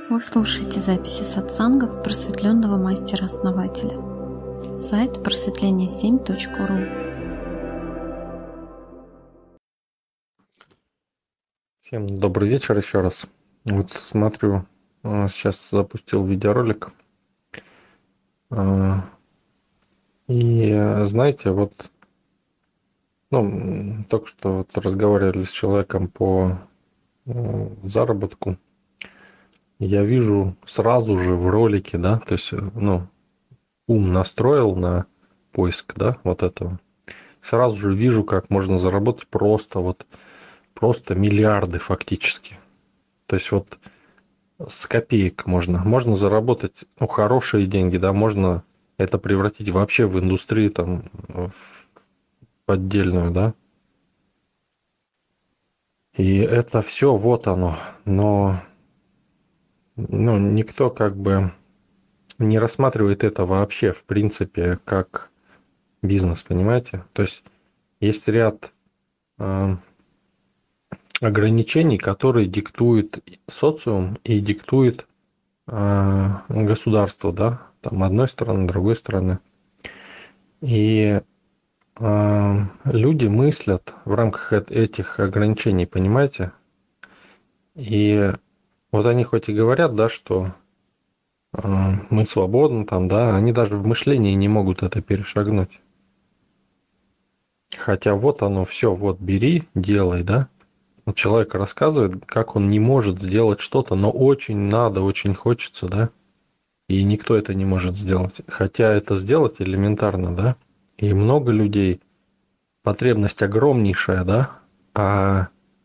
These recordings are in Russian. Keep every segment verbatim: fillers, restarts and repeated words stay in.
Вы слушаете записи сатсангов просветленного мастера-основателя. Сайт просветление семь точка ру. Всем добрый вечер еще раз. Вот смотрю, сейчас запустил видеоролик. И знаете, вот ну, только что вот разговаривали с человеком по заработку. Я вижу сразу же в ролике, да, то есть, ну, ум настроил на поиск, да, вот этого. Сразу же вижу, как можно заработать просто вот, просто миллиарды фактически. То есть вот с копеек можно. Можно заработать, ну, хорошие деньги, да, можно это превратить вообще в индустрию, там, в отдельную, да. И это все вот оно. Но ну, никто как бы не рассматривает это вообще, в принципе, как бизнес, понимаете? То есть есть ряд э, ограничений, которые диктует социум и диктует э, государство, да, там одной стороны, другой стороны. И э, люди мыслят в рамках этих ограничений, понимаете? И вот они хоть и говорят, да, что э, мы свободны, там, да, они даже в мышлении не могут это перешагнуть. Хотя вот оно все, вот бери, делай, да. Вот человек рассказывает, как он не может сделать что-то, но очень надо, очень хочется, да. И никто это не может сделать. Хотя это сделать элементарно, да. И много людей, потребность огромнейшая, да, а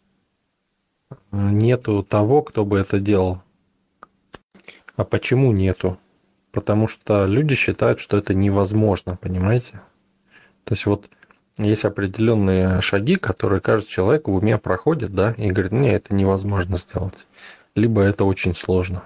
нету того, кто бы это делал. А почему нету? Потому что люди считают, что это невозможно, понимаете? То есть вот есть определенные шаги, которые каждый человек в уме проходит, да, и говорит, не, это невозможно сделать. Либо это очень сложно.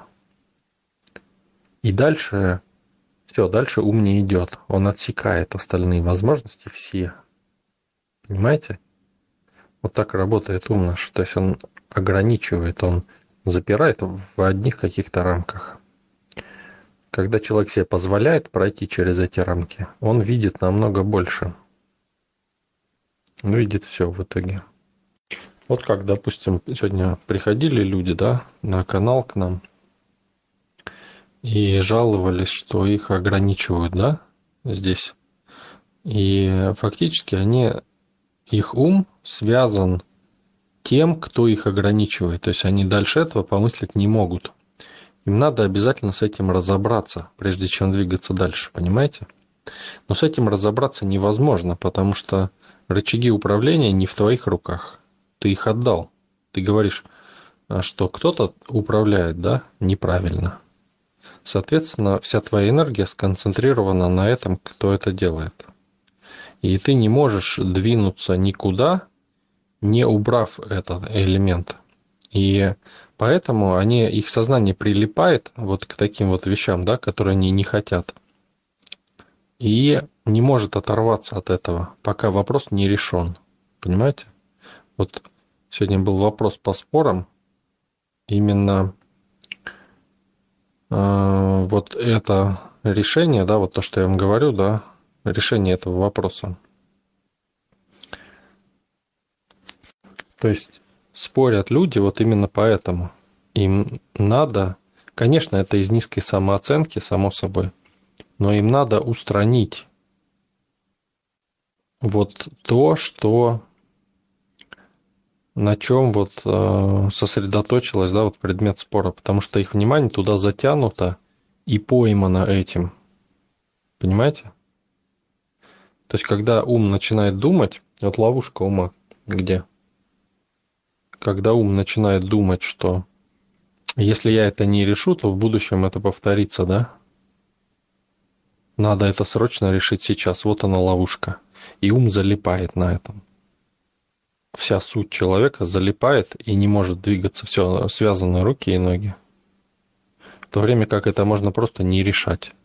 И дальше, все, дальше ум не идет. Он отсекает остальные возможности все. Понимаете? Вот так работает ум наш. То есть он ограничивает, он запирает в одних каких-то рамках. Когда человек себе позволяет пройти через эти рамки, он видит намного больше. Он видит все в итоге. Вот как, допустим, сегодня приходили люди, да, на канал к нам и жаловались, что их ограничивают, да, здесь. И фактически они, их ум связан тем, кто их ограничивает. То есть они дальше этого помыслить не могут. Им надо обязательно с этим разобраться, прежде чем двигаться дальше, понимаете? Но с этим разобраться невозможно, потому что рычаги управления не в твоих руках. Ты их отдал. Ты говоришь, что кто-то управляет, да, неправильно. Соответственно, вся твоя энергия сконцентрирована на этом, кто это делает. И ты не можешь двинуться никуда, не убрав этот элемент. И поэтому они, их сознание прилипает вот к таким вот вещам, да, которые они не хотят. И не может оторваться от этого, пока вопрос не решен. Понимаете? Вот сегодня был вопрос по спорам. Именно э, вот это решение, да, вот то, что я вам говорю, да, решение этого вопроса. То есть спорят люди вот именно поэтому. Им надо, конечно, это из низкой самооценки, само собой, но им надо устранить вот то, что на чем вот э, сосредоточилась, да, вот предмет спора, потому что их внимание туда затянуто и поймано этим. Понимаете? То есть, когда ум начинает думать, вот ловушка ума где? Когда ум начинает думать, что если я это не решу, то в будущем это повторится, да? Надо это срочно решить сейчас. Вот она ловушка. И ум залипает на этом. Вся суть человека залипает и не может двигаться. Все связаны руки и ноги. В то время как это можно просто не решать.